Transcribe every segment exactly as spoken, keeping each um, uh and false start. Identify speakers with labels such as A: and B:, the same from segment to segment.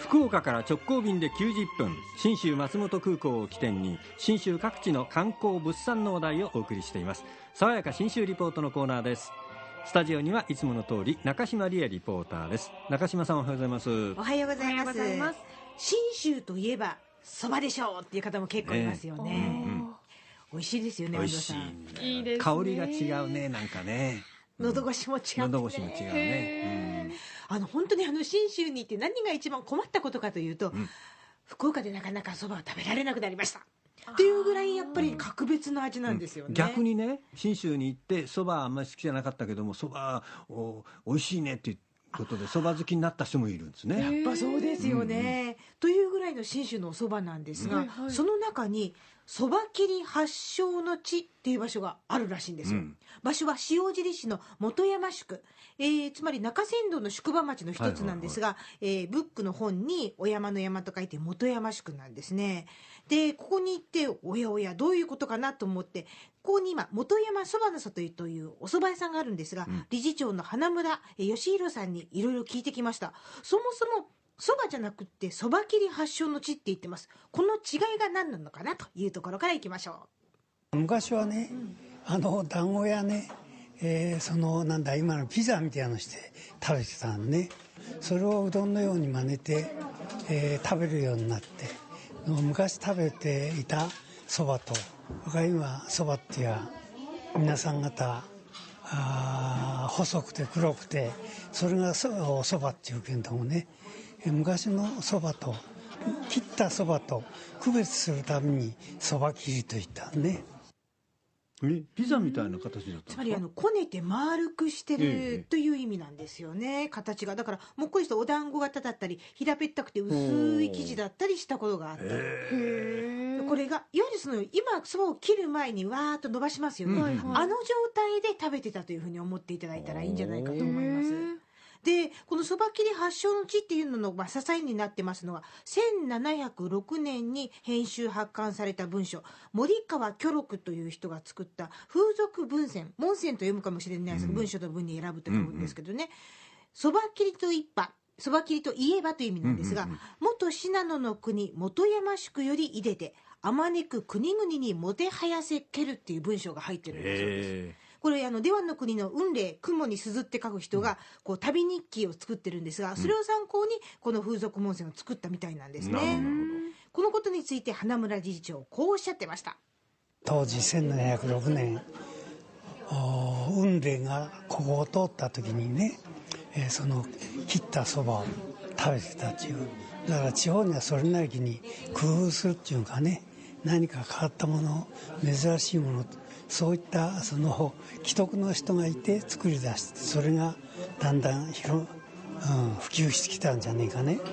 A: 福岡から直行便できゅうじゅっぷん、信州松本空港を起点に信州各地の観光物産の話題をお送りしています。爽やか信州リポートのコーナーです。スタジオにはいつもの通り中島理恵リポーターです。中島さん、おはようございます。
B: おはようございます。ます信州といえばそばでしょうっていう方も結構いますよね、ね、うん、美味しいですよね。
A: 美味しいね。いいですね。香りが違うね。なんかね、
B: 喉越しも違うね。
A: 喉越しも違うね、
B: うん、あの本当にあの信州に行って何が一番困ったことかというと、うん、福岡でなかなかそばを食べられなくなりましたっていうぐらいやっぱり格別の味なんですよね、うん、
A: 逆にね、信州に行ってそばあんまり好きじゃなかったけども、そばおいしいねっていうことでそば好きになった人もいるんですね。
B: やっぱそうですよね、うんうん、というぐらいの信州のおそばなんですが、うんはい、その中にそば切り発祥の地っていう場所があるらしいんですよ、うん、場所は塩尻市の本山宿、えー、つまり中山道の宿場町の一つなんですが、はいはいはい、えー、ブックの本にお山の山と書いて本山宿なんですね。でここに行っておやおやどういうことかなと思って、ここに今本山そばの里というお蕎麦屋さんがあるんですが、うん、理事長の花村義弘さんにいろいろ聞いてきました。そもそもそばじゃなくってそば切り発祥の地って言ってます。この違いが何なのかなというところからいきましょ
C: う。昔はね、うん、あの団子やね、えー、そのなんだ今のピザみたいなのして食べてたんね。それをうどんのように真似て、えー、食べるようになって、昔食べていたそばと今そばっていう皆さん方あ細くて黒くて、それがおそばっていうけんどもね、昔のそばと切ったそばと区別するためにそば切りといったね。
A: えピザみたいな形だったんですか。
B: つまりあのこねて丸くしてるという意味なんですよね、ええ、形がだからもっこりしたお団子型だったり平べったくて薄い生地だったりしたことがあった。へこれがいわゆるその今そばを切る前にわーっと伸ばしますよね、うん、あの状態で食べてたというふうに思っていただいたらいいんじゃないかと思います。でこのそば切り発祥の地っていうのの、まあ、支えになってますのはせんななひゃくろくねんに編集発刊された文書、森川巨六という人が作った風俗文選、文選と読むかもしれないですが、うん、文書の文に選ぶと思うんですけどね、そば切りと一派、そば切りといえばという意味なんですが、うんうんうん、元信濃の国本山宿よりいでてあまねく国々にもてはやせけるっていう文章が入ってるんだそうです。これあの出羽の国の雲霊、雲に鈴って書く人がこう旅日記を作ってるんですが、それを参考にこの風俗文選を作ったみたいなんですね。このことについて花村理事長こうおっしゃってました。
C: 当時せんななひゃくろくねん雲霊がここを通った時にね、えー、その切ったそばを食べてたっていう、だから地方にはそれなりに工夫するっていうかね、何か変わったもの、珍しいもの、そういったその既得の人がいて作り出して、それがだんだん広、うん、普及してきたんじゃねえかね。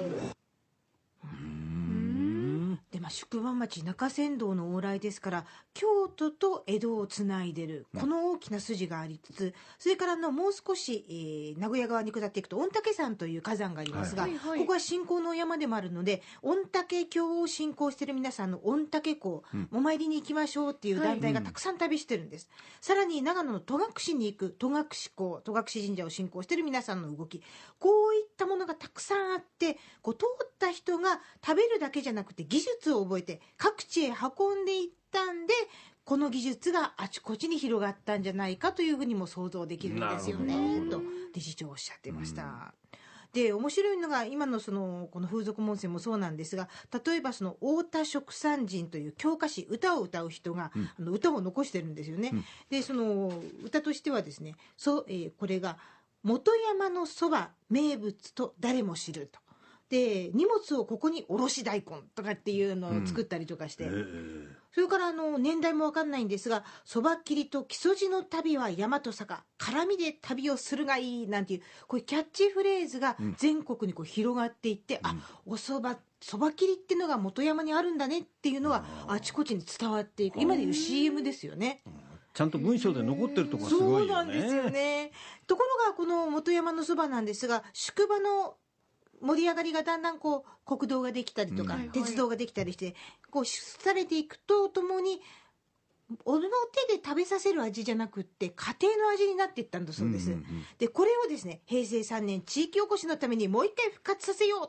B: でまあ、宿場町中山道の往来ですから京都と江戸をつないでるこの大きな筋がありつつ、それからのもう少し、えー、名古屋側に下っていくと御嶽山という火山がありますが、はいはいはい、ここは信仰の山でもあるので御嶽峡を信仰している皆さんの御嶽港、うん、お参りに行きましょうっていう団体がたくさん旅してるんです、はいうん、さらに長野の戸隠に行く戸隠港、戸隠神社を信仰している皆さんの動き、こういったものがたくさんあって、こう通った人が食べるだけじゃなくて技術を覚えて各地へ運んでいったんで、この技術があちこちに広がったんじゃないかというふうにも想像できるんですよねと理事長おっしゃってました、うん、で面白いのが今のそのこの風俗文選もそうなんですが、例えばその太田蜀山人という狂歌師、歌を歌う人が、うん、あの歌を残してるんですよね、うん、でその歌としてはですね、そ、えー、これが本山のそば名物と誰も知ると、で荷物をここにおろし大根とかっていうのを作ったりとかして、うんえー、それからあの年代も分かんないんですが、そば切りと木曽路の旅は大和坂、絡みで旅をするがいいなんていうこういうキャッチフレーズが全国にこう広がっていって、うん、あおそばそば切りっていうのが本山にあるんだねっていうのがあちこちに伝わっていく、今でいう シーエム ですよね。
A: ちゃんと文章で残ってるところがすごいよね。
B: そうなんですよね。ところがこの本山のそばなんですが、宿場の盛り上がりがだんだんこう国道ができたりとか、うん、鉄道ができたりしてこうされていくとともに、おの手で食べさせる味じゃなくって家庭の味になっていったんだそうです、うんうんうん、でこれをですね平成さんねん地域おこしのためにもう一回復活させようと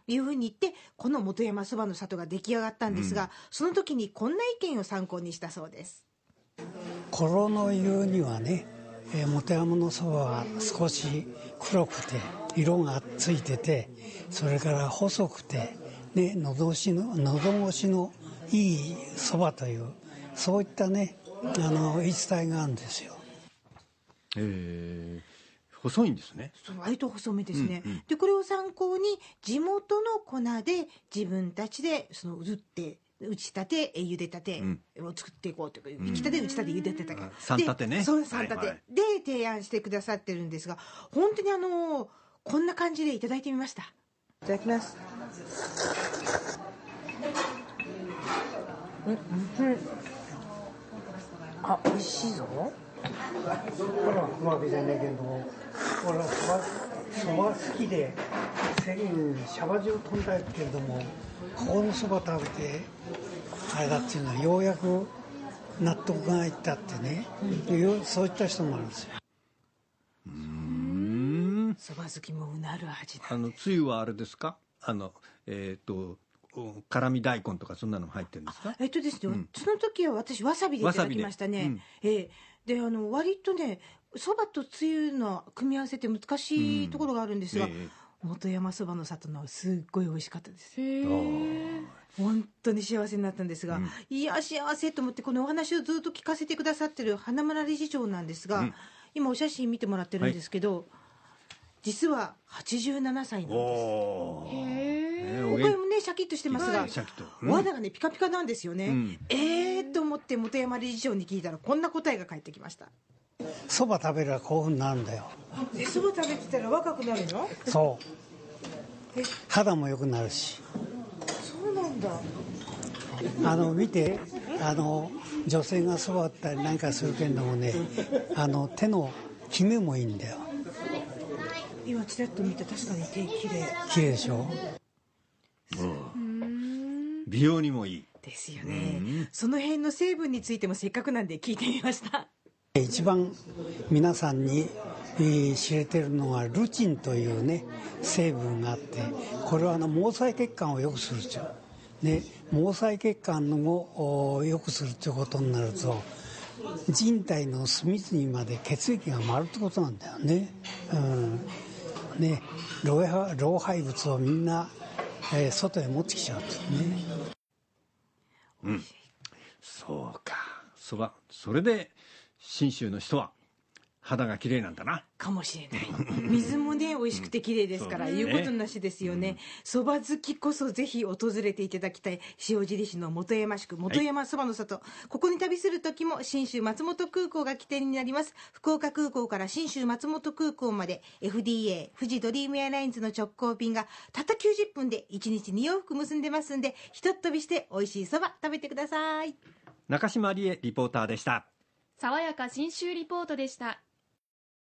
B: いうふうに言ってこの本山そばの里が出来上がったんですが、うん、その時にこんな意見を参考にしたそうです。
C: 心の言うにはね、えー、本山のそばは少し黒くて色がついてて、それから細くて、ね、喉越しの喉越しのいいそばという、そういったね、あの言い伝えがあるんですよ。
A: えー細いんですね。
B: そう、割と細めですね、
A: うんうん、
B: でこれを参考に地元の粉で自分たちでその打って打ちたて茹でたてを作っていこうというか、うん、打ちたて打ちたて茹でたて、うん、
A: 三立てね、
B: そう三立て、はいはい、で提案してくださってるんですが、本当にあのこんな感じでいただいてみました。いただきます。うんうん、あ、美味しいぞ。
C: ほら、うまくじゃねえけども、俺はそば、そば好きで、世間にシャバ中飛んだけれども、ここのそば食べて、あれだっていうのは、ようやく納得がいったってね、うん、そういった人もあるんですよ。
A: うーん。
B: そば好きもうなる味なんで。
A: あの、つゆはあれですか？あの、えっと、辛味大根とかそんなのも入ってるんですか？
B: えっとですね、うん、その時は私わさびでいただきましたね。うん、えーであの割とねそばとつゆの組み合わせって難しいところがあるんですが、うんえー、本山そばの里のすっごい美味しかったです。本当に幸せになったんですが、うん、いや幸せと思って、このお話をずっと聞かせてくださってる花村理事長なんですが、うん、今お写真見てもらってるんですけど、はい、実ははちじゅうななさいなんです。へお声もねシャキッとしてますが、はいうん、お肌がねピカピカなんですよね、うん、えーと思って本山理事長に聞いたらこんな答えが返ってきました。
C: そば食べればこういうふうになるんだよ。
B: え、そば食べてたら若くなるの？
C: そうえ肌も良くなるし。
B: そうなんだ。
C: あの見て、あの女性がそばったりなんかするけれどもね、あの手のキメもいいんだよ。
B: 今ちらっと見て確かに手きれい。
C: きれいでしょ。
A: うん、美容にもいい
B: ですよね。その辺の成分についてもせっかくなんで聞いてみました。
C: 一番皆さんに知れてるのはルチンというね成分があって、これはあの毛細血管を良くするという、ね、毛細血管を良くするということになると人体の隅々まで血液が回るってことなんだよね。うんね、老廃、老廃物をみんな、えー、外へ持ってきちゃうんですね。
A: うん、そうか。そば、それで信州の人は肌が綺麗なんだな。
B: かもしれない。水もね美味しくて綺麗ですから、うん、言うことなしですよね。そば、うん、好きこそぜひ訪れていただきたい塩尻市の本山宿本山そばの里、はい、ここに旅する時も信州松本空港が起点になります。福岡空港から信州松本空港まで エフディーエー 富士ドリームエアラインズの直行便がたったきゅうじゅっぷんでいちにちにようふく結んでますんで、ひとっ飛びして美味しいそば食べてください。
A: 中島理恵リポーターでした。
D: 爽やか信州リポートでした。